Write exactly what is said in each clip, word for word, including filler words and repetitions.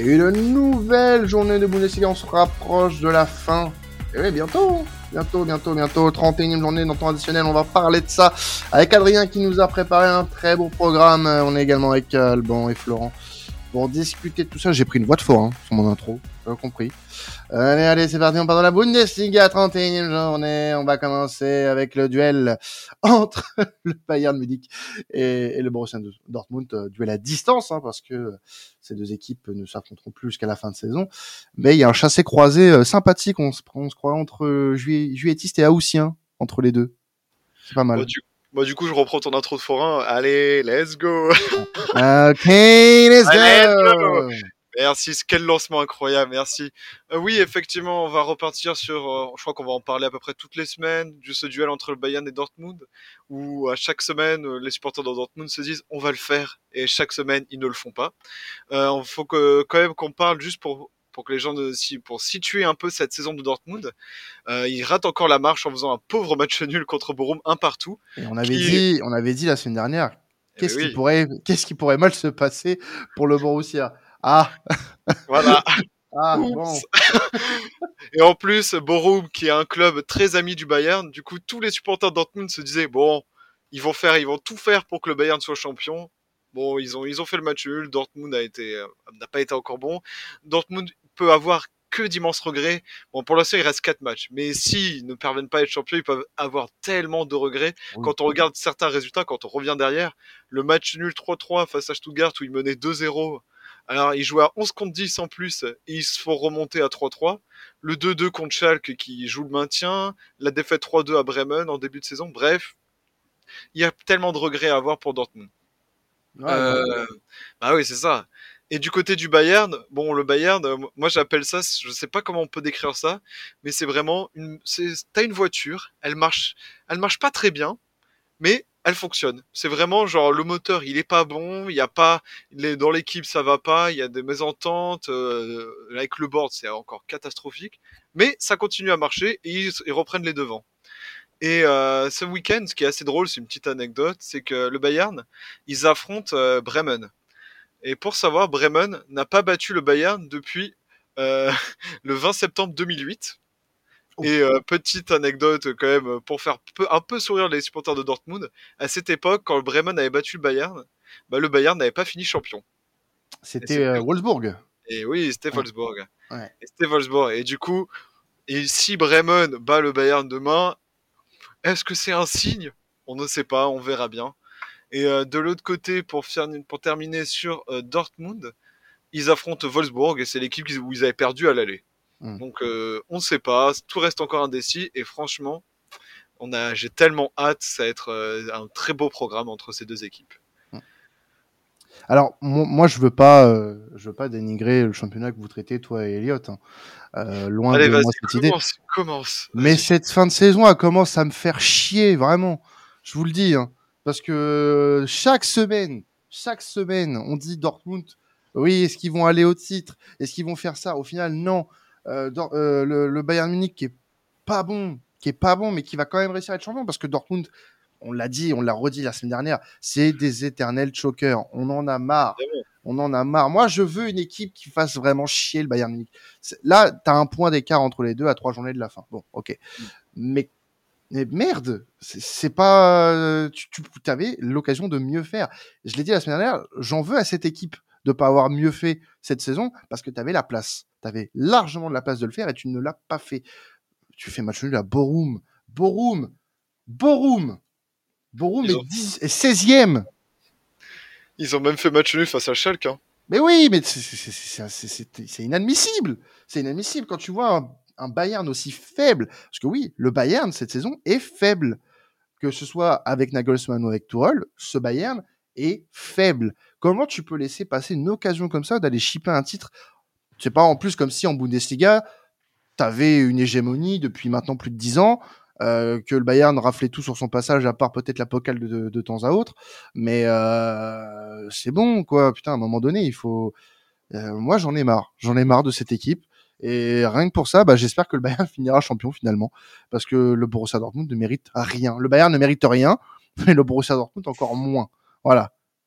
Et une nouvelle journée de Bundesliga, on se rapproche de la fin. Et oui, bientôt, bientôt, bientôt, bientôt, trente et unième journée dans temps additionnel, on va parler de ça avec Adrien qui nous a préparé un très beau programme. On est également avec Alban et Florent pour discuter de tout ça. J'ai pris une voix de fort hein, sur mon intro, vous avez compris. Allez, allez, c'est parti, on part dans la Bundesliga, trente et unième journée. On va commencer avec le duel entre le Bayern Munich et, et le Borussia Dortmund. Euh, duel à distance, hein, parce que ces deux équipes ne s'affronteront plus jusqu'à la fin de saison. Mais il y a un chassé-croisé euh, sympathique, on se, on se croit, entre euh, Juillet, Juilletistes et Haussien, entre les deux. C'est pas mal. Bon, du, bon, du coup, je reprends ton intro de forain. Allez, let's go. Ok, let's go. Let's go. Merci, quel lancement incroyable, merci. Euh, oui, effectivement, on va repartir sur, euh, je crois qu'on va en parler à peu près toutes les semaines, de ce duel entre le Bayern et Dortmund, où à chaque semaine, euh, les supporters de Dortmund se disent on va le faire, et chaque semaine, ils ne le font pas. Il euh, faut que, quand même qu'on parle juste pour, pour que les gens, de, si, pour situer un peu cette saison de Dortmund. Euh, ils ratent encore la marche en faisant un pauvre match nul contre Bochum, un partout. Et on avait qui... dit, on avait dit la semaine dernière, qu'est-ce, oui. qui pourrait, qu'est-ce qui pourrait mal se passer pour le Borussia? Ah. Voilà. Ah, bon. Et en plus, Bochum, qui est un club très ami du Bayern, du coup, tous les supporters de Dortmund se disaient, bon, ils vont faire, ils vont tout faire pour que le Bayern soit champion. Bon, ils ont, ils ont fait le match nul. Dortmund a été, euh, n'a pas été encore bon. Dortmund peut avoir que d'immenses regrets. Bon, pour l'instant, il reste quatre matchs. Mais s'ils ne parviennent pas à être champions, ils peuvent avoir tellement de regrets. Oui. Quand on regarde certains résultats, quand on revient derrière, le match nul trois trois face à Stuttgart où ils menaient deux zéro. Alors, ils jouaient à onze contre dix en plus et ils se font remonter à trois trois. Le deux deux contre Schalke qui joue le maintien. La défaite trois deux à Bremen en début de saison. Bref, il y a tellement de regrets à avoir pour Dortmund. Ouais, euh, bah oui, c'est ça. Et du côté du Bayern, bon, le Bayern, euh, moi j'appelle ça, je sais pas comment on peut décrire ça, mais c'est vraiment une, c'est, t'as une voiture, elle marche, elle marche pas très bien, mais elle fonctionne. C'est vraiment genre le moteur, il est pas bon, il y a pas, il est, dans l'équipe ça va pas, il y a des mésententes, euh, avec le board c'est encore catastrophique, mais ça continue à marcher et ils, ils reprennent les devants. Et euh, ce week-end, ce qui est assez drôle, c'est une petite anecdote, c'est que le Bayern, ils affrontent euh, Bremen. Et pour savoir, Bremen n'a pas battu le Bayern depuis euh, le vingt septembre deux mille huit. Oh. Et euh, petite anecdote quand même, pour faire peu, un peu sourire les supporters de Dortmund, à cette époque, quand le Bremen avait battu le Bayern, bah, le Bayern n'avait pas fini champion. C'était, c'était... Euh, Wolfsburg. Et oui, c'était Wolfsburg. Ouais. Ouais. Et c'était Wolfsburg. Et du coup, et si Bremen bat le Bayern demain, est-ce que c'est un signe ? On ne sait pas, on verra bien. Et euh, de l'autre côté, pour, faire, pour terminer sur euh, Dortmund, ils affrontent Wolfsburg et c'est l'équipe où ils avaient perdu à l'aller. Mmh. Donc euh, on ne sait pas, tout reste encore indécis et franchement, on a, j'ai tellement hâte, ça va être euh, un très beau programme entre ces deux équipes. Alors moi je veux pas, euh, je veux pas dénigrer le championnat que vous traitez toi et Elliot. Hein. Euh, loin Allez, de vas-y, moi cette commence, idée. Commence. Mais cette fin de saison, elle commence à me faire chier vraiment. Je vous le dis, hein, parce que chaque semaine, chaque semaine, on dit Dortmund. Oui, est-ce qu'ils vont aller au titre ? Est-ce qu'ils vont faire ça ? Au final, non. Euh, Dor- euh, le, le Bayern Munich qui est pas bon, qui est pas bon, mais qui va quand même réussir à être champion parce que Dortmund, on l'a dit, on l'a redit la semaine dernière, c'est des éternels chokers. On en a marre. On en a marre. Moi, je veux une équipe qui fasse vraiment chier le Bayern Munich. C'est... Là, t'as un point d'écart entre les deux à trois journées de la fin. Bon, ok. Mm. Mais, mais merde, c'est, c'est pas. Tu, tu avais l'occasion de mieux faire. Je l'ai dit la semaine dernière, j'en veux à cette équipe de pas avoir mieux fait cette saison parce que t'avais la place. T'avais largement de la place de le faire et tu ne l'as pas fait. Tu fais match nul à Bochum. Bochum. Bochum. Bochum est, ont... dix... est seizième. Ils ont même fait match nul face à Schalke. Hein. Mais oui, mais c'est, c'est, c'est, c'est, c'est inadmissible. C'est inadmissible quand tu vois un, un Bayern aussi faible. Parce que oui, le Bayern, cette saison, est faible. Que ce soit avec Nagelsmann ou avec Tuchel, ce Bayern est faible. Comment tu peux laisser passer une occasion comme ça d'aller chipper un titre ? C'est pas en plus comme si en Bundesliga, t'avais une hégémonie depuis maintenant plus de dix ans, euh, que le Bayern raflait tout sur son passage, à part peut-être la Pokal de, de, de temps à autre. Mais euh, c'est bon, quoi. Putain, à un moment donné, il faut... Euh, moi, j'en ai marre. J'en ai marre de cette équipe. Et rien que pour ça, bah, j'espère que le Bayern finira champion finalement. Parce que le Borussia Dortmund ne mérite rien. Le Bayern ne mérite rien, mais le Borussia Dortmund encore moins. Voilà.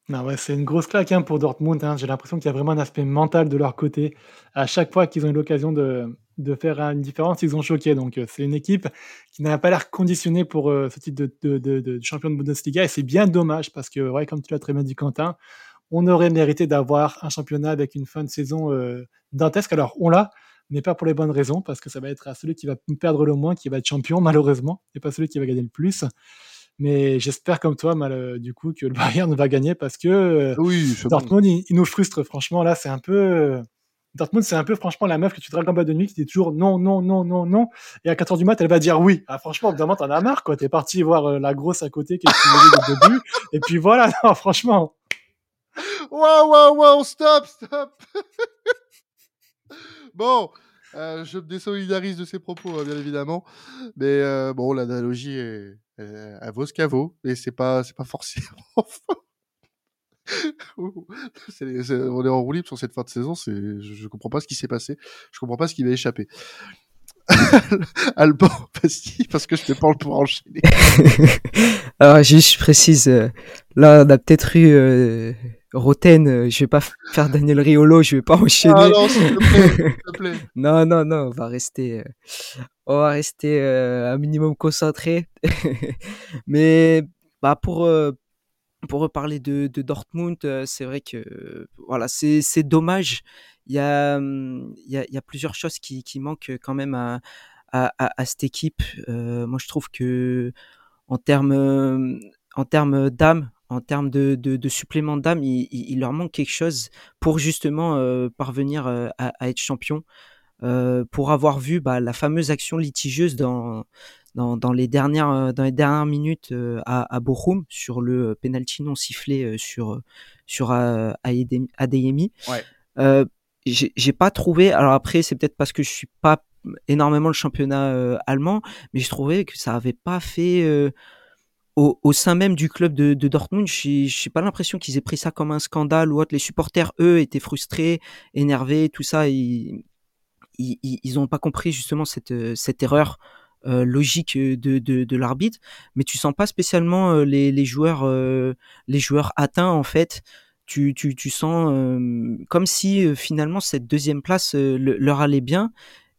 Non, ouais, c'est une grosse claque, hein, pour Dortmund, hein. J'ai l'impression qu'il y a vraiment un aspect mental de leur côté. À chaque fois qu'ils ont eu l'occasion de de faire, heu, une différence, ils ont choqué. Donc, heu, c'est une équipe qui n'a pas l'air conditionnée pour, heu, ce titre de de de de champion de Bundesliga et c'est bien dommage parce que, ouais, comme tu l'as très bien dit, Quentin, on aurait mérité d'avoir un championnat avec une fin de saison, heu, dantesque. Alors on l'a, mais pas pour les bonnes raisons, parce que ça va être à celui qui va perdre le moins qui va être champion malheureusement et pas celui qui va gagner le plus. Mais j'espère comme toi mal heu, du coup que le Bayern va gagner parce que, heu, Oui, c'est bon. Dortmund, il il nous frustre franchement là, c'est un peu, heu, Dortmund, c'est un peu franchement la meuf que tu dragues en boîte de nuit qui dit toujours: «Non, non, non, non, non» et à quatre heures du mat, elle va dire: «Oui». Ah franchement, au bout d'un moment, tu en as marre quoi, tu es parti voir, heu, la grosse à côté qui est explosée dès le début et puis voilà, non franchement. Waouh, waouh, waouh, stop, stop. Bon, heu, je me désolidarise de ces propos, hein, bien évidemment. Mais, heu, bon, l'analogie est elle elle vaut ce qu'elle vaut et c'est pas c'est pas forcément faux. C'est c'est on est en roue libre sur cette fin de saison, c'est je je comprends pas ce qui s'est passé. Je comprends pas ce qui m'est échappé. Alban, vas-y, parce que je te parle pour enchaîner. Alors juste je précise, heu, là on a peut-être eu, heu, Roten, heu, je vais pas f faire Daniel Riolo, je vais pas Ah enchaîner. non, s'il te plaît, s'il te plaît. Non, non, non, on va rester, heu, on va rester, heu, un minimum concentré. Mais, bah, pour, heu, pour reparler de de Dortmund, heu, c'est vrai que, euh, voilà, c'est c'est dommage. Il y a, mmh, il y a il y a plusieurs choses qui qui manquent, quand même à à à à cette équipe. Heu, moi je trouve que en termes, hem, en termes d'âme, en termes de de de supplément d'âme, il il il leur manque quelque chose pour justement, heu, parvenir, heu, à à être champion. Heu, pour avoir vu, bah, la fameuse action litigieuse dans dans dans les dernières, heu, dans les dernières minutes, heu, à à Bochum sur le penalty non sifflé, heu, sur, heu, sur, heu, Aedem Adeyemi. Ouais. Heu, j'ai j'ai pas trouvé, alors après c'est peut-être parce que je suis pas énormément le championnat, heu, allemand, mais je trouvais que ça avait pas fait, heu au, au sein même du club de, de Dortmund, j'ai j'ai pas l'impression qu'ils aient pris ça comme un scandale ou autre. Les supporters, eux, étaient frustrés, énervés, tout ça. Ils ils, ils ils ont pas compris justement cette cette erreur euh, logique de, de, de l'arbitre. Mais tu sens pas spécialement euh, les, les joueurs euh, les joueurs atteints en fait. Tu, tu, tu sens euh, comme si euh, finalement cette deuxième place euh, le- leur allait bien,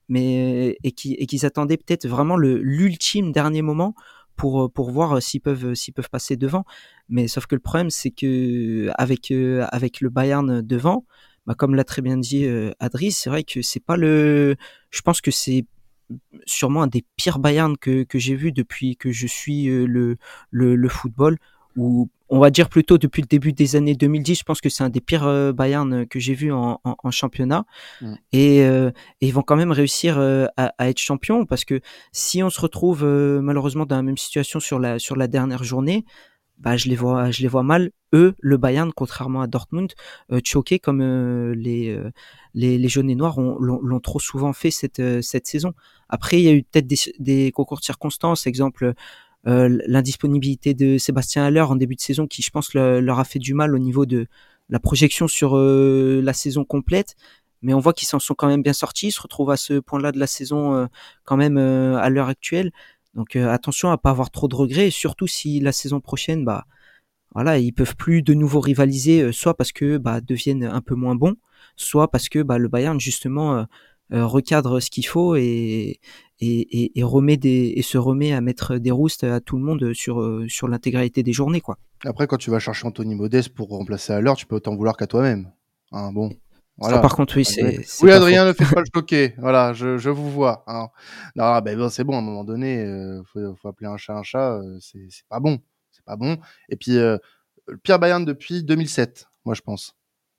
mais et qui et qu'ils attendaient peut-être vraiment le l'ultime dernier moment pour pour voir s'ils peuvent s'ils peuvent passer devant. Mais sauf que le problème c'est que avec euh, avec le Bayern devant, bah comme l'a très bien dit euh, Adri, c'est vrai que c'est pas le, je pense que c'est sûrement un des pires Bayern que que j'ai vu depuis que je suis euh, le le le football, ou on va dire plutôt depuis le début des années deux mille dix. Je pense que c'est un des pires euh, Bayern que j'ai vu en, en, en championnat. Mmh. Et, euh, et ils vont quand même réussir euh, à, à être champions, parce que si on se retrouve euh, malheureusement dans la même situation sur la sur la dernière journée, bah je les vois je les vois mal, eux, le Bayern, contrairement à Dortmund, euh, choquer comme euh, les, euh, les les jaunes et noirs ont, l'ont, l'ont trop souvent fait cette euh, cette saison. Après il y a eu peut-être des, des concours de circonstances, exemple euh, l'indisponibilité de Sébastien Haller en début de saison, qui je pense le, leur a fait du mal au niveau de la projection sur euh, la saison complète. Mais on voit qu'ils s'en sont quand même bien sortis, ils se retrouvent à ce point-là de la saison euh, quand même euh, à l'heure actuelle. Donc euh, attention à pas avoir trop de regrets, et surtout si la saison prochaine, bah voilà, ils peuvent plus de nouveau rivaliser, euh, soit parce que bah deviennent un peu moins bons, soit parce que bah le Bayern justement euh, euh, recadre ce qu'il faut et et, et, et remet des et se remet à mettre des roustes à tout le monde sur euh, sur l'intégralité des journées, quoi. Après, quand tu vas chercher Anthony Modeste pour remplacer Haller, tu peux autant vouloir qu'à toi-même. Hein, bon, Ça voilà. par contre oui, Adrien c'est c'est oui, pas faux. Adrien, ne faites pas le choquer. Voilà, je je vous vois, hein. Non, ben bon, c'est bon, à un moment donné, heu, faut faut appeler un chat un chat, heu, c'est c'est pas bon, c'est pas bon et puis, heu, le pire Bayern depuis deux mille sept, moi, je pense.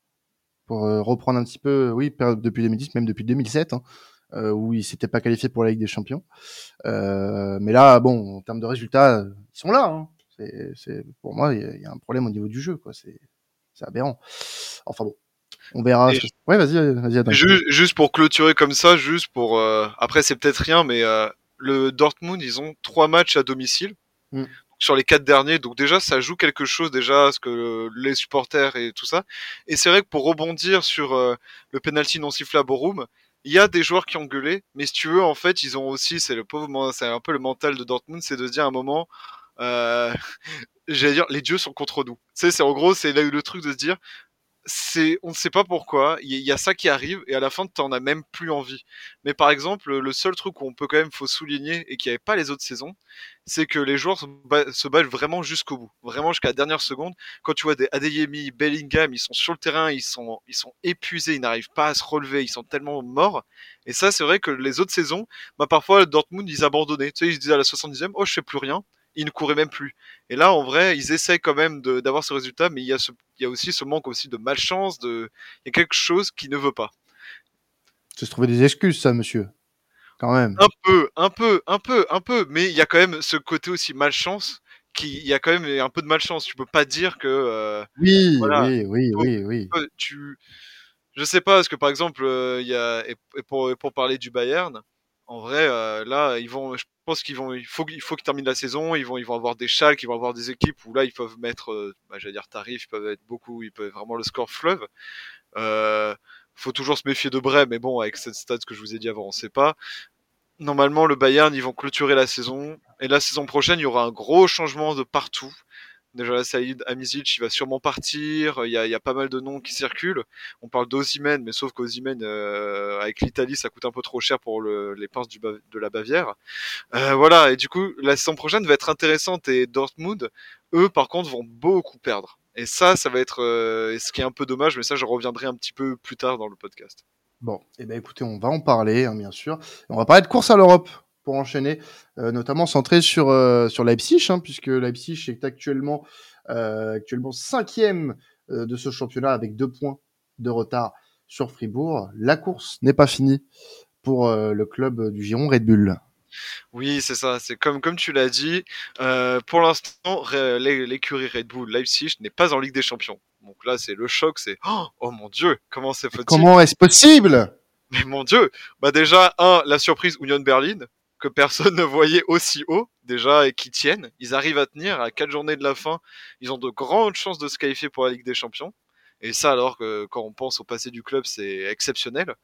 Pour, heu, reprendre un petit peu, oui, période depuis deux mille dix, même depuis deux mille sept, hein, heu, où ils s'étaient pas qualifiés pour la Ligue des Champions. Heu, mais là, bon, en termes de résultats, heu, ils sont là, hein. C'est c'est pour moi, il y a il y a un problème au niveau du jeu, quoi. C'est c'est aberrant. Enfin bon, on verra Et ce que ouais, vas-y, heu, vas-y, Adrien. ju- juste pour clôturer comme ça, juste pour euh, après c'est peut-être rien, mais euh, le Dortmund ils ont trois matchs à domicile Mmh. sur les quatre derniers, donc déjà ça joue quelque chose déjà, ce que les supporters et tout ça. Et c'est vrai que pour rebondir sur euh, le penalty non sifflé à Borum, il y a des joueurs qui ont gueulé, mais si tu veux en fait ils ont aussi, c'est le pauvre, c'est un peu le mental de Dortmund, c'est de se dire à un moment, euh, j'allais dire, les dieux sont contre nous. Tu sais, c'est en gros, c'est le, le truc de se dire, c'est, on ne sait pas pourquoi, il y, y a ça qui arrive et à la fin t'en as même plus envie. Mais par exemple, le seul truc où on peut quand même faut souligner et qu'il n'y avait pas les autres saisons, c'est que les joueurs se, ba- se battent vraiment jusqu'au bout, vraiment jusqu'à la dernière seconde. Quand tu vois des Adeyemi, Bellingham, ils sont sur le terrain, ils sont, ils sont épuisés, ils n'arrivent pas à se relever, ils sont tellement morts. Et ça, c'est vrai que les autres saisons, bah parfois Dortmund ils abandonnaient, tu sais, ils se disaient à la soixante-dixième, oh je fais plus rien, ils ne couraient même plus. Et là, en vrai, ils essayent quand même de, d'avoir ce résultat, mais il y a ce, il y a aussi ce manque aussi de malchance, de, il y a quelque chose qui ne veut pas. C'est se trouver des excuses, ça, monsieur. Quand même. Un peu, un peu, un peu, un peu, mais il y a quand même ce côté aussi malchance, qui, il y a quand même un peu de malchance. Tu peux pas dire que, euh, Oui, voilà, oui, oui, faut- oui, oui. faut- tu, je sais pas, parce que par exemple, euh, il y a, et, et pour, et pour parler du Bayern, en vrai, euh, là, ils vont, je pense qu'ils vont, il faut, il faut qu'ils terminent la saison, ils vont, ils vont avoir des Schalke, ils vont avoir des équipes où là, ils peuvent mettre, euh, bah, j'allais dire tarif, ils peuvent être beaucoup, ils peuvent vraiment le score fleuve. Euh, faut toujours se méfier de Brême, mais bon, avec cette stat que je vous ai dit avant, on sait pas. Normalement, le Bayern, ils vont clôturer la saison, et la saison prochaine, il y aura un gros changement de partout. Déjà, là, Saïd Hamisic, il va sûrement partir. Il y a, il y a pas mal de noms qui circulent. On parle d'Osimhen, mais sauf qu'Osimhen, euh, avec l'Italie, ça coûte un peu trop cher pour le, les pinces du Ba- de la Bavière. Euh, voilà, et du coup, la saison prochaine va être intéressante. Et Dortmund, eux, par contre, vont beaucoup perdre. Et ça, ça va être euh, ce qui est un peu dommage, mais ça, je reviendrai un petit peu plus tard dans le podcast. Bon, eh ben écoutez, on va en parler, hein, bien sûr. Et on va parler de course à l'Europe pour enchaîner, euh, notamment centré sur euh, sur Leipzig, hein, puisque Leipzig est actuellement euh, actuellement cinquième euh, de ce championnat avec deux points de retard sur Fribourg. La course n'est pas finie pour euh, le club du Giron Red Bull. Oui, c'est ça. C'est comme comme tu l'as dit. Euh, pour l'instant, Re- l'é- l'écurie Red Bull Leipzig n'est pas en Ligue des Champions. Donc là, c'est le choc. C'est oh, oh mon Dieu, comment c'est Mais possible? comment est-ce possible? Mais mon Dieu. Bah déjà, un, la surprise Union Berlin que personne ne voyait aussi haut déjà et qui tiennent. Ils arrivent à tenir à quatre journées de la fin. Ils ont de grandes chances de se qualifier pour la Ligue des Champions. Et ça, alors que quand on pense au passé du club, c'est exceptionnel.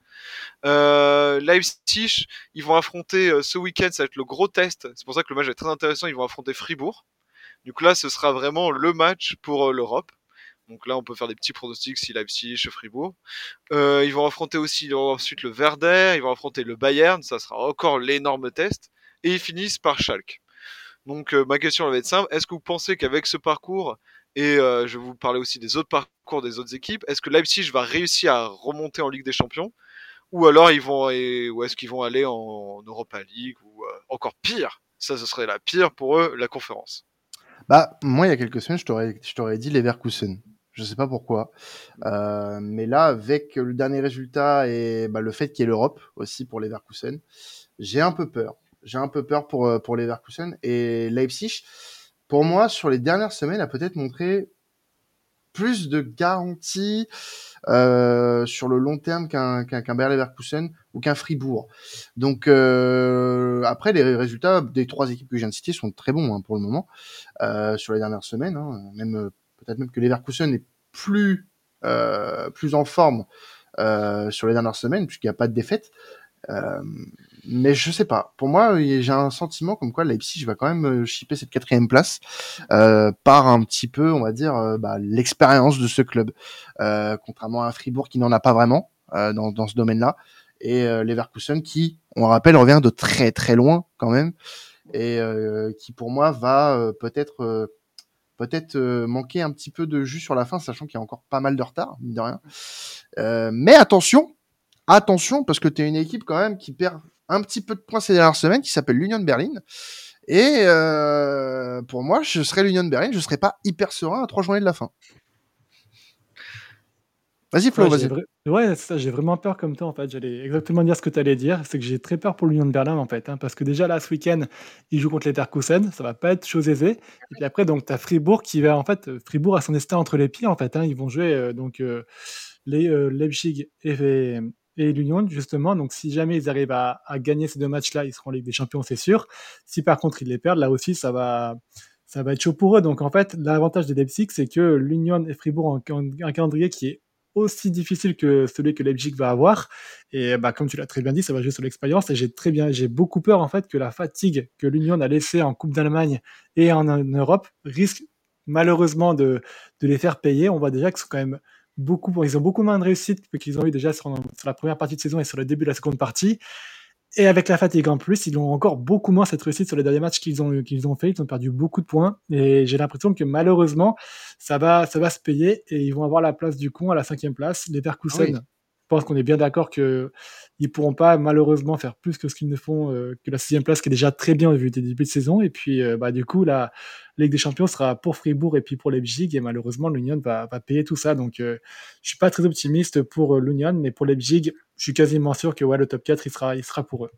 Euh, Leipzig, ils vont affronter euh, ce week-end, ça va être le gros test. C'est pour ça que le match est très intéressant. Ils vont affronter Fribourg. Donc là, ce sera vraiment le match pour euh, l'Europe. Donc là, on peut faire des petits pronostics si Leipzig, Fribourg. Euh, ils vont affronter aussi ensuite le Werder, ils vont affronter le Bayern, ça sera encore l'énorme test. Et ils finissent par Schalke. Donc euh, ma question elle va être simple. Est-ce que vous pensez qu'avec ce parcours, et euh, je vais vous parler aussi des autres parcours des autres équipes, est-ce que Leipzig va réussir à remonter en Ligue des Champions? Ou alors ils vont, et, ou est-ce qu'ils vont aller en, en Europa League ou euh, encore pire? Ça, ce serait la pire pour eux, la conférence. Bah, moi, il y a quelques semaines, je t'aurais, je t'aurais dit Leverkusen. Je sais pas pourquoi. Euh, mais là, avec le dernier résultat et bah, le fait qu'il y ait l'Europe aussi pour Leverkusen, j'ai un peu peur. J'ai un peu peur pour, euh, pour Leverkusen. Et Leipzig, pour moi, sur les dernières semaines, a peut-être montré plus de garanties euh, sur le long terme qu'un, qu'un, qu'un Bayer Leverkusen ou qu'un Fribourg. Donc, euh, après, les résultats des trois équipes que je viens de citer sont très bons hein, pour le moment. Euh, sur les dernières semaines, hein, même euh, peut-être même que Leverkusen est plus euh, plus en forme euh, sur les dernières semaines puisqu'il n'y a pas de défaite. Euh, mais je sais pas. Pour moi, j'ai un sentiment comme quoi Leipzig va quand même chipper cette quatrième place euh, par un petit peu, on va dire, euh, bah, l'expérience de ce club, euh, contrairement à Fribourg qui n'en a pas vraiment euh, dans, dans ce domaine-là, et euh, Leverkusen qui, on le rappelle, revient de très très loin quand même, et euh, qui pour moi va euh, peut-être euh, peut-être euh, manquer un petit peu de jus sur la fin, sachant qu'il y a encore pas mal de retard, mine de rien. Euh, mais attention, attention, parce que tu es une équipe quand même qui perd un petit peu de points ces dernières semaines, qui s'appelle l'Union Berlin. Et euh, pour moi, je serais l'Union Berlin, je serais pas hyper serein à trois journées de la fin. Vas-y Flo, Ouais, j'ai vas-y. vra- ouais, c'est ça, j'ai vraiment peur comme toi en fait. J'allais exactement dire ce que tu allais dire. C'est que j'ai très peur pour l'Union de Berlin en fait. Hein, parce que déjà là, ce week-end, ils jouent contre les Leverkusen. Ça va pas être chose aisée. Et puis après, donc, tu as Fribourg qui va en fait. euh, Fribourg a son destin entre les pieds en fait. Hein, ils vont jouer euh, donc euh, les euh, Leipzig et, et l'Union justement. Donc si jamais ils arrivent à, à gagner ces deux matchs-là, ils seront en Ligue des Champions, c'est sûr. Si par contre ils les perdent, là aussi, ça va. Ça va être chaud pour eux. Donc en fait, l'avantage des Leipzig, c'est que l'Union et Fribourg ont un, un calendrier qui est aussi difficile que celui que Leipzig va avoir. Et bah, comme tu l'as très bien dit, ça va jouer sur l'expérience. Et j'ai très bien, j'ai beaucoup peur en fait que la fatigue que l'Union a laissée en Coupe d'Allemagne et en, en Europe risque malheureusement de, de les faire payer. On voit déjà qu'ils sont quand même beaucoup, ils ont beaucoup moins de réussite que qu'ils ont eu déjà sur, sur la première partie de saison et sur le début de la seconde partie. Et avec la fatigue en plus, ils ont encore beaucoup moins cette réussite sur les derniers matchs qu'ils ont, qu'ils ont fait. Ils ont perdu beaucoup de points. Et j'ai l'impression que malheureusement, ça va, ça va se payer et ils vont avoir la place du con à la cinquième place. Les Leverkusen, Oui. je pense qu'on est bien d'accord qu'ils ne pourront pas malheureusement faire plus que ce qu'ils ne font euh, que la sixième place, qui est déjà très bien vu des débuts de saison. Et puis, euh, bah, du coup, la Ligue des Champions sera pour Fribourg et puis pour Leipzig. Et malheureusement, l'Union va, va payer tout ça. Donc, euh, je suis pas très optimiste pour euh, l'Union, mais pour Leipzig, je suis quasiment sûr que ouais, le top quatre, il sera, il sera pour eux.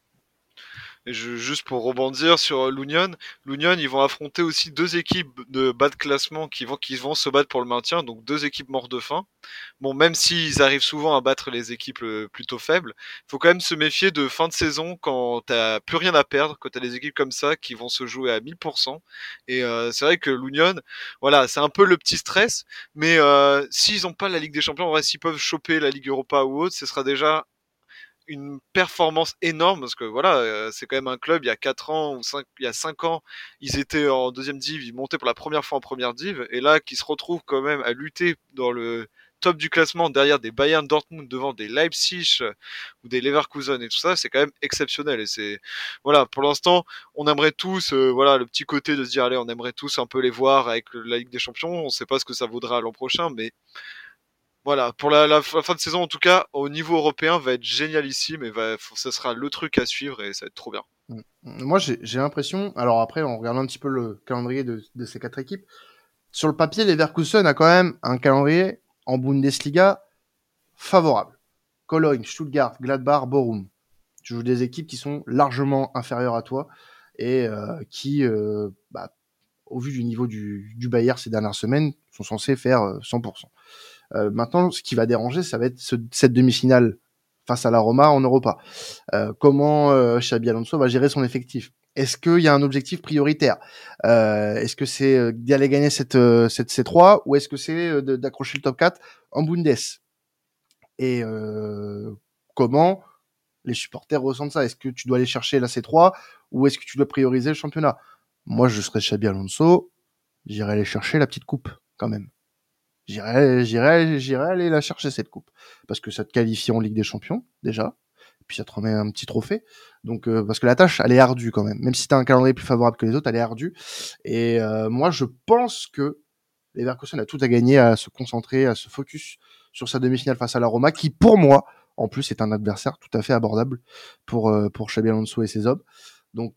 Et je, juste pour rebondir sur l'Union, l'Union, ils vont affronter aussi deux équipes de bas de classement qui vont, qui vont se battre pour le maintien, donc deux équipes mortes de faim. Bon, même s'ils arrivent souvent à battre les équipes plutôt faibles, faut quand même se méfier de fin de saison quand t'as plus rien à perdre, quand t'as des équipes comme ça qui vont se jouer à mille pour cent. Et euh, c'est vrai que l'Union, voilà, c'est un peu le petit stress, mais euh, s'ils ont pas la Ligue des Champions, en vrai, s'ils peuvent choper la Ligue Europa ou autre, ce sera déjà une performance énorme parce que voilà, euh, c'est quand même un club il y a quatre ans ou cinq, il y a cinq ans, ils étaient en deuxième div, ils montaient pour la première fois en première div et là qui se retrouvent quand même à lutter dans le top du classement derrière des Bayern Dortmund, devant des Leipzig euh, ou des Leverkusen et tout ça, c'est quand même exceptionnel et c'est voilà, pour l'instant, on aimerait tous euh, voilà, le petit côté de se dire allez, on aimerait tous un peu les voir avec la Ligue des Champions, on sait pas ce que ça vaudra l'an prochain mais voilà, pour la, la, la fin de saison, en tout cas, au niveau européen, va être génialissime et va, ça sera le truc à suivre et ça va être trop bien. Moi, j'ai, j'ai l'impression, alors après, on regarde un petit peu le calendrier de, de ces quatre équipes. Sur le papier, Leverkusen a quand même un calendrier en Bundesliga favorable. Cologne, Stuttgart, Gladbach, Bochum. Tu joues des équipes qui sont largement inférieures à toi et euh, qui, euh, bah, au vu du niveau du, du Bayern ces dernières semaines, sont censés faire euh, cent pour cent. Euh, maintenant, ce qui va déranger, ça va être ce, cette demi-finale face à la Roma en Europa. Euh, comment euh, Xabi Alonso va gérer son effectif? Est-ce qu'il y a un objectif prioritaire? euh, Est-ce que c'est d'aller gagner cette, cette C trois ou est-ce que c'est d'accrocher le top quatre en Bundes? Et euh, comment les supporters ressentent ça? Est-ce que tu dois aller chercher la C trois ou est-ce que tu dois prioriser le championnat? Moi, je serais Xabi Alonso, j'irais aller chercher la petite coupe quand même. J'irai, j'irai, j'irai aller la chercher cette coupe parce que ça te qualifie en Ligue des Champions déjà, et puis ça te remet un petit trophée. Donc euh, parce que la tâche, elle est ardue quand même. Même si t'as un calendrier plus favorable que les autres, elle est ardue. Et euh, moi, je pense que Leverkusen a tout à gagner à se concentrer, à se focus sur sa demi-finale face à la Roma, qui pour moi, en plus, est un adversaire tout à fait abordable pour euh, pour Xabi Alonso et ses hommes. Donc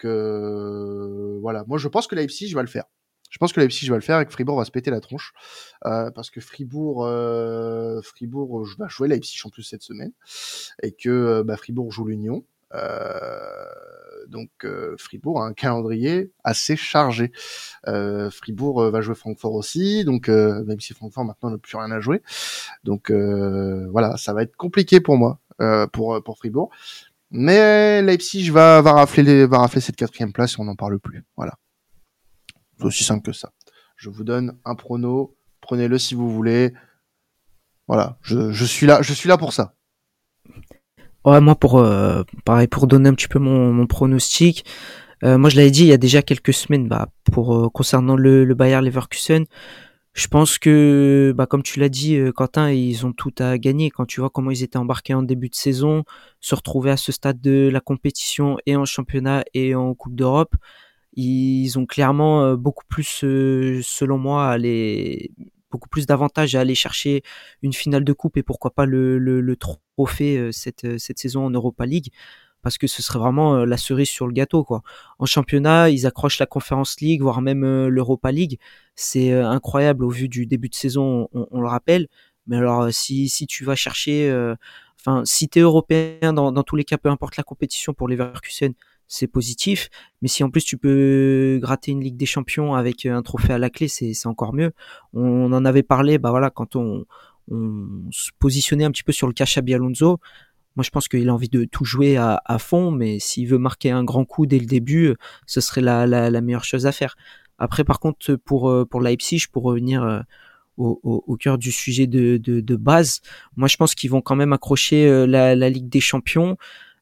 euh, voilà, moi je pense que Leipzig va le faire. Je pense que Leipzig va le faire et que Fribourg va se péter la tronche euh, parce que Fribourg, euh, Fribourg va jouer Leipzig en plus cette semaine et que euh, bah, Fribourg joue l'Union. Euh, donc euh, Fribourg a un calendrier assez chargé. Euh, Fribourg euh, va jouer Francfort aussi, donc euh, même si Francfort maintenant n'a plus rien à jouer. Donc euh, voilà, ça va être compliqué pour moi, euh, pour pour Fribourg. Mais Leipzig va va rafler les, va rafler cette quatrième place et on n'en parle plus. Voilà. C'est aussi simple que ça. Je vous donne un prono, prenez-le si vous voulez. Voilà, je, je suis là, je suis là pour ça. Ouais, moi pour euh, pareil pour donner un petit peu mon, mon pronostic. Euh, moi je l'avais dit il y a déjà quelques semaines, bah pour euh, concernant le, le Bayer Leverkusen, je pense que bah comme tu l'as dit euh, Quentin, ils ont tout à gagner. Quand tu vois comment ils étaient embarqués en début de saison, se retrouver à ce stade de la compétition et en championnat et en Coupe d'Europe. Ils ont clairement euh, beaucoup plus, euh, selon moi, à aller, beaucoup plus d'avantages à aller chercher une finale de coupe et pourquoi pas le, le, le trophée euh, cette, cette saison en Europa League, parce que ce serait vraiment euh, la cerise sur le gâteau, quoi. En championnat, ils accrochent la Conference League, voire même euh, l'Europa League. C'est euh, incroyable au vu du début de saison, on, on le rappelle. Mais alors, si, si tu vas chercher, euh, enfin, si t'es européen, dans, dans tous les cas, peu importe la compétition pour les Leverkusen, c'est positif. Mais si en plus tu peux gratter une Ligue des Champions avec un trophée à la clé, c'est, c'est encore mieux. On en avait parlé, bah voilà, quand on, on se positionnait un petit peu sur le cas Xabi Alonso. Moi, je pense qu'il a envie de tout jouer à, à fond, mais s'il veut marquer un grand coup dès le début, ce serait la, la, la meilleure chose à faire. Après, par contre, pour, pour Leipzig, pour revenir au, au, au cœur du sujet de, de, de base. Moi, je pense qu'ils vont quand même accrocher euh, la, la Ligue des Champions.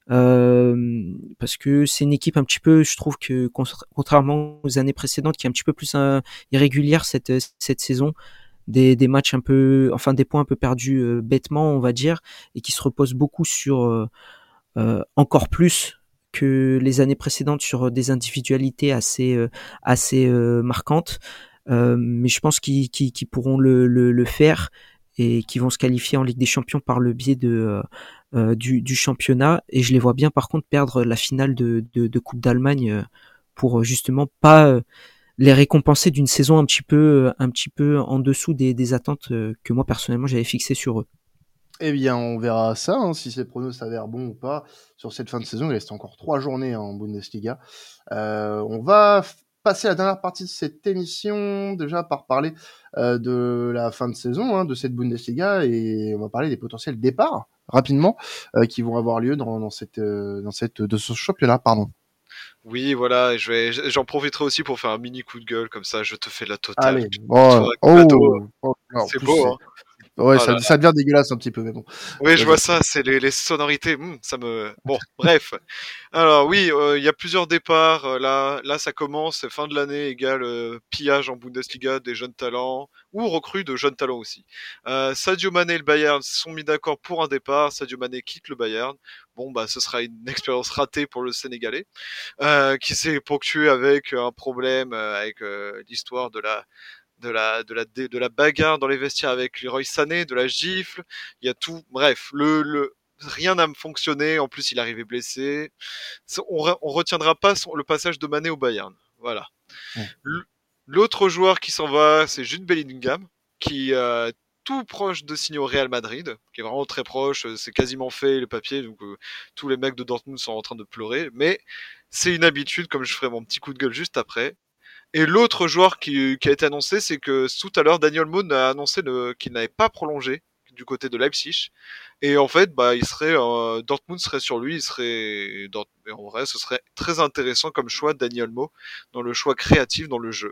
Euh, parce que c'est une équipe un petit peu, je trouve que contrairement aux années précédentes, qui est un petit peu plus euh, irrégulière cette cette saison, des des matchs un peu, enfin des points un peu perdus euh, bêtement, on va dire, et qui se repose beaucoup sur euh, euh, encore plus que les années précédentes sur des individualités assez euh, assez euh, marquantes. Euh, mais je pense qu'ils qu'ils, qu'ils pourront le, le le faire et qui vont se qualifier en Ligue des Champions par le biais de euh, euh, du, du championnat. Et je les vois bien par contre perdre la finale de, de, de Coupe d'Allemagne euh, pour euh, justement pas euh, les récompenser d'une saison un petit peu un petit peu en dessous des, des attentes euh, que moi personnellement j'avais fixées sur eux. Eh bien, on verra ça, hein, si ces pronos s'avèrent bons ou pas sur cette fin de saison. Il reste encore trois journées hein, en Bundesliga. Euh, on va f- passer à la dernière partie de cette émission, déjà par parler euh, de la fin de saison hein, de cette Bundesliga, et on va parler des potentiels départs rapidement euh, qui vont avoir lieu dans, dans cette euh, dans cette de ce championnat, pardon. Oui, voilà, je vais, j'en profiterai aussi pour faire un mini coup de gueule, comme ça je te fais la totale. Allez, Tu te bon, retrouveras avec cadeau. oh, oh, en C'est plus beau, c'est hein. ouais, Oh là ça, ça devient dégueulasse un petit peu, mais bon. Oui, je Vas-y. vois ça, c'est les, les sonorités, hmm, ça me... Bon, bref. Alors oui, euh, il y a plusieurs départs, euh, là, là ça commence, c'est fin de l'année égale euh, pillage en Bundesliga des jeunes talents, ou recrues de jeunes talents aussi. Euh, Sadio Mané et le Bayern se sont mis d'accord pour un départ, Sadio Mané quitte le Bayern. Bon, bah ce sera une expérience ratée pour le Sénégalais, euh, qui s'est ponctué avec un problème, euh, avec euh, l'histoire de la de la de la de la bagarre dans les vestiaires avec Leroy Sané, de la gifle, il y a tout. Bref, le le rien n'a fonctionné. En plus, il arrivait blessé. On, on retiendra pas son, le passage de Mané au Bayern. Voilà. Ouais. L'autre joueur qui s'en va, c'est Jude Bellingham, qui euh, tout proche de signer au Real Madrid, qui est vraiment très proche. C'est quasiment fait le papier, donc euh, tous les mecs de Dortmund sont en train de pleurer. Mais c'est une habitude, comme je ferai mon petit coup de gueule juste après. Et l'autre joueur qui, qui a été annoncé, c'est que tout à l'heure, Daniel Mohn a annoncé le, qu'il n'avait pas prolongé du côté de Leipzig. Et en fait, bah, il serait, euh, Dortmund serait sur lui, il serait, et en vrai, ce serait très intéressant comme choix de Daniel Mo dans le choix créatif dans le jeu.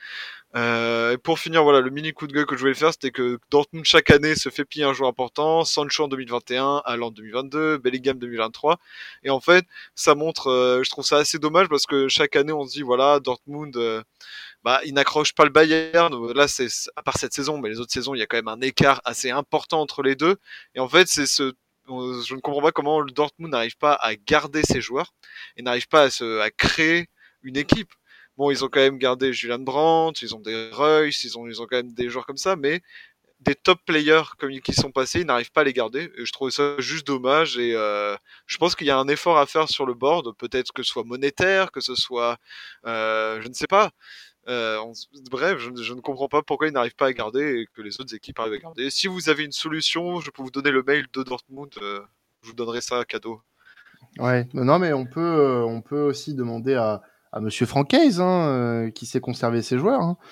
Euh, et pour finir, voilà, le mini coup de gueule que je voulais faire, c'était que Dortmund chaque année se fait piller un joueur important, Sancho en deux mille vingt et un, Haaland en deux mille vingt-deux, Bellingham en deux mille vingt-trois. Et en fait, ça montre, euh, je trouve ça assez dommage parce que chaque année on se dit, voilà, Dortmund, euh, bah, il n'accroche pas le Bayern. Là, c'est à part cette saison, mais les autres saisons, il y a quand même un écart assez important entre les deux. Et en fait, c'est ce, je ne comprends pas comment le Dortmund n'arrive pas à garder ses joueurs et n'arrive pas à se, à créer une équipe. Bon, ils ont quand même gardé Julian Brandt, ils ont des Reus, ils ont, ils ont quand même des joueurs comme ça, mais des top players comme qui sont passés, ils n'arrivent pas à les garder. Et je trouve ça juste dommage. Et euh, je pense qu'il y a un effort à faire sur le board, peut-être que ce soit monétaire, que ce soit, euh, je ne sais pas. Euh, on, bref, je, je, ne comprends pas pourquoi ils n'arrivent pas à garder et que les autres équipes arrivent à garder. Si vous avez une solution, je peux vous donner le mail de Dortmund. Euh, je vous donnerai ça à cadeau. Ouais, non, mais on peut, euh, on peut aussi demander à, à Monsieur Francaise, hein, euh, qui sait conserver ses joueurs. Hein.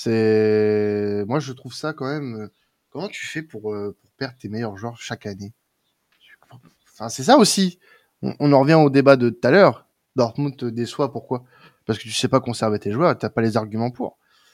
C'est, moi, je trouve ça quand même. euh, Comment tu fais pour, euh, pour perdre tes meilleurs joueurs chaque année? Enfin, c'est ça aussi. On, on en revient au débat de tout à l'heure. Dortmund te déçoit, pourquoi? Parce que tu sais pas conserver tes joueurs, t'as pas les arguments pour.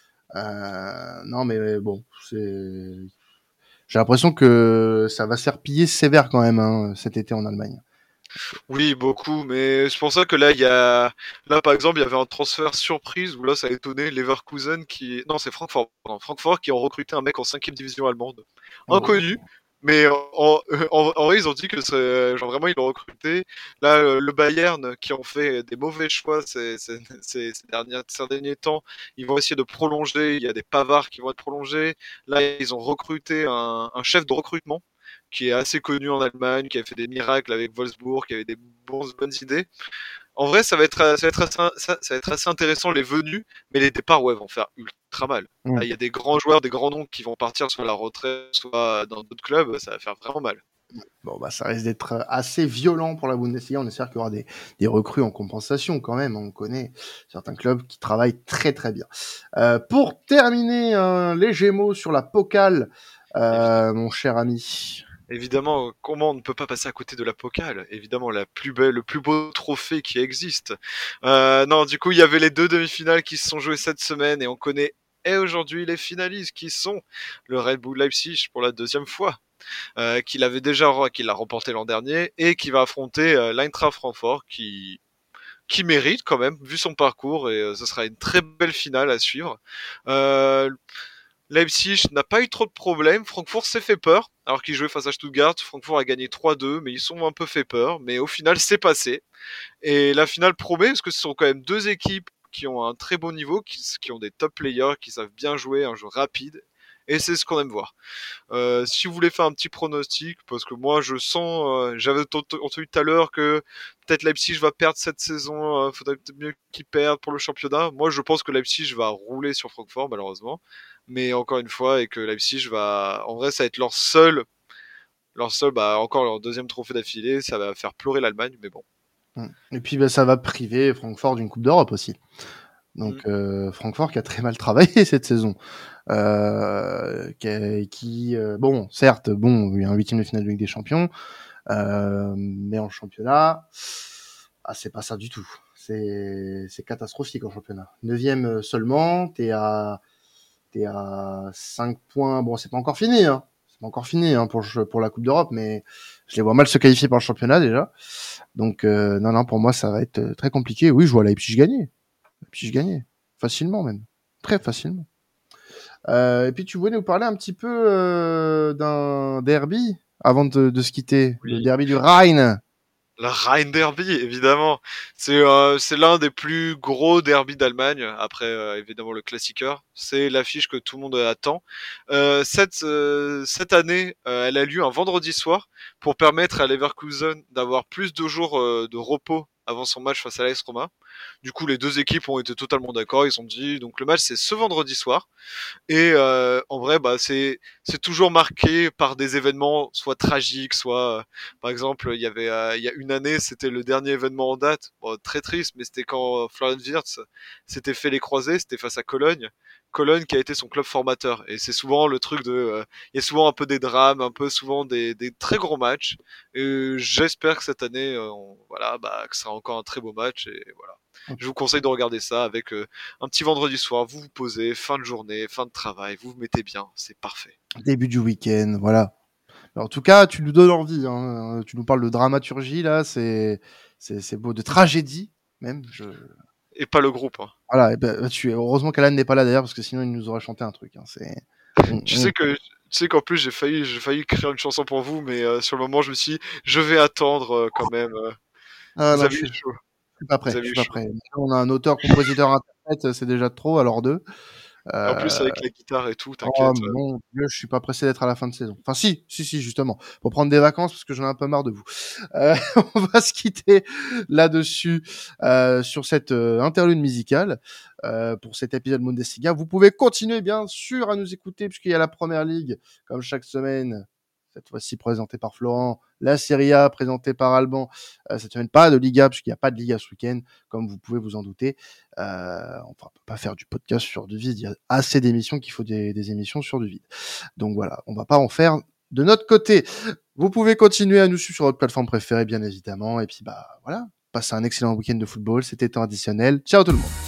Euh, non, mais bon, c'est. J'ai l'impression que ça va se faire piller sévère quand même hein, cet été en Allemagne. Oui, beaucoup, mais c'est pour ça que là, il y a, là, par exemple, il y avait un transfert surprise où là, ça a étonné Leverkusen qui, non, c'est Francfort, pardon, Francfort qui ont recruté un mec en cinquième division allemande, inconnu, mais en, en, en, en vrai, ils ont dit que c'est, genre vraiment, ils l'ont recruté. Là, le, le Bayern qui ont fait des mauvais choix ces, ces, ces, ces, derniers, ces derniers temps, ils vont essayer de prolonger. Il y a des Pavards qui vont être prolongés. Là, ils ont recruté un, un chef de recrutement qui est assez connu en Allemagne, qui a fait des miracles avec Wolfsburg, qui avait des bons, bonnes idées. En vrai, ça va être, ça va être, assez, ça, ça va être assez intéressant les venues, mais les départs, ouais, vont faire ultra mal. Il mmh. y a des grands joueurs, des grands noms qui vont partir soit à la retraite, soit dans d'autres clubs, ça va faire vraiment mal. Bon, bah, ça risque d'être assez violent pour la Bundesliga. On espère qu'il y aura des, des recrues en compensation quand même. On connaît certains clubs qui travaillent très très bien. Euh, pour terminer, un léger mot sur la Pokal, euh, mon cher ami. Évidemment, comment on ne peut pas passer à côté de la Pokal? Évidemment, la plus belle, le plus beau trophée qui existe. Euh, non, du coup, il y avait les deux demi-finales qui se sont jouées cette semaine et on connaît Et aujourd'hui, les finalistes qui sont le Red Bull Leipzig pour la deuxième fois, euh, qu'il avait déjà qu'il a remporté l'an dernier et qui va affronter euh, l'Eintracht Francfort qui qui mérite quand même vu son parcours et euh, ce sera une très belle finale à suivre. Euh, Leipzig n'a pas eu trop de problèmes. Francfort s'est fait peur, alors qu'ils jouaient face à Stuttgart. Francfort a gagné trois deux, mais ils sont un peu fait peur. Mais au final, c'est passé. Et la finale promet, parce que ce sont quand même deux équipes qui ont un très bon niveau, qui, qui ont des top players, qui savent bien jouer, un jeu rapide. Et c'est ce qu'on aime voir. Euh, si vous voulez faire un petit pronostic, parce que moi je sens, euh, j'avais entendu tout à l'heure que peut-être Leipzig va perdre cette saison, euh, faudrait peut-être mieux qu'ils perdent pour le championnat. Moi je pense que Leipzig va rouler sur Francfort malheureusement, mais encore une fois et que Leipzig va, en vrai ça va être leur seul, leur seul, bah encore leur deuxième trophée d'affilée, ça va faire pleurer l'Allemagne, mais bon. Et puis bah, ça va priver Francfort d'une Coupe d'Europe aussi. Donc mm. euh, Francfort qui a très mal travaillé cette saison. Euh, qui, qui euh, bon, certes, bon, il y a un huitième de finale de Ligue des Champions, euh, mais en championnat, ah, c'est pas ça du tout. C'est, c'est catastrophique en championnat. Neuvième seulement, t'es à, t'es à cinq points. Bon, c'est pas encore fini, hein. C'est pas encore fini hein, pour pour la Coupe d'Europe, mais je les vois mal se qualifier pour le championnat déjà. Donc euh, non, non, pour moi, ça va être très compliqué. Oui, je vois Leipzig gagner. Leipzig gagner facilement même, très facilement. Euh, et puis tu voulais nous parler un petit peu euh, d'un derby avant de, de se quitter, oui. Le derby du Rhein. Le Rhein Derby, évidemment. C'est euh, c'est l'un des plus gros derbys d'Allemagne, après euh, évidemment le Klassiker. C'est l'affiche que tout le monde attend. Euh, cette, euh, cette année, euh, elle a lieu un vendredi soir pour permettre à Leverkusen d'avoir plus de jours euh, de repos avant son match face à l'A S Roma. Du coup, les deux équipes ont été totalement d'accord. Ils ont dit donc le match c'est ce vendredi soir. Et euh, en vrai, bah c'est c'est toujours marqué par des événements soit tragiques, soit euh, par exemple il y avait euh, il y a une année c'était le dernier événement en date, bon, très triste, mais c'était quand Florian Wirtz s'était fait les croisés, c'était face à Cologne. Cologne qui a été son club formateur et c'est souvent le truc de euh, il y a souvent un peu des drames, un peu souvent des, des très gros matchs et j'espère que cette année euh, on, voilà bah que ce sera encore un très beau match et voilà. Je vous conseille de regarder ça avec euh, un petit vendredi soir, vous vous posez, fin de journée, fin de travail, vous vous mettez bien, c'est parfait. Début du week-end, voilà. En tout cas, tu nous donnes envie, hein. Tu nous parles de dramaturgie là, c'est c'est c'est beau, de tragédie même. Je... Et pas le groupe. Hein. Voilà, et ben, tu... heureusement qu'Alan n'est pas là d'ailleurs parce que sinon il nous aurait chanté un truc. Hein. C'est... tu sais que tu sais qu'en plus j'ai failli j'ai failli créer une chanson pour vous, mais euh, sur le moment je me suis dit, je vais attendre euh, quand même. Euh, ah, vous non, avez je, suis... chaud. je suis pas prêt. Je suis pas chaud. prêt. On a un auteur, compositeur, interprète, c'est déjà trop, alors deux. Euh... En plus avec la guitare et tout, t'inquiète. Oh, mon Dieu, je suis pas pressé d'être à la fin de saison. Enfin si, si, si, justement, pour prendre des vacances parce que j'en ai un peu marre de vous. Euh, on va se quitter là-dessus euh, sur cette euh, interlude musicale euh, pour cet épisode Bundesliga. Vous pouvez continuer bien sûr à nous écouter puisqu'il y a la Première Ligue comme chaque semaine. Cette fois-ci présentée par Florent, la Serie A présentée par Alban. Euh, cette semaine, pas de Liga, puisqu'il n'y a pas de Liga ce week-end, comme vous pouvez vous en douter. Euh, enfin, on peut pas faire du podcast sur du vide. Il y a assez d'émissions qu'il faut des, des émissions sur du vide. Donc voilà, on va pas en faire de notre côté. Vous pouvez continuer à nous suivre sur votre plateforme préférée, bien évidemment. Et puis, bah voilà, passez un excellent week-end de football. C'était temps additionnel. Ciao tout le monde.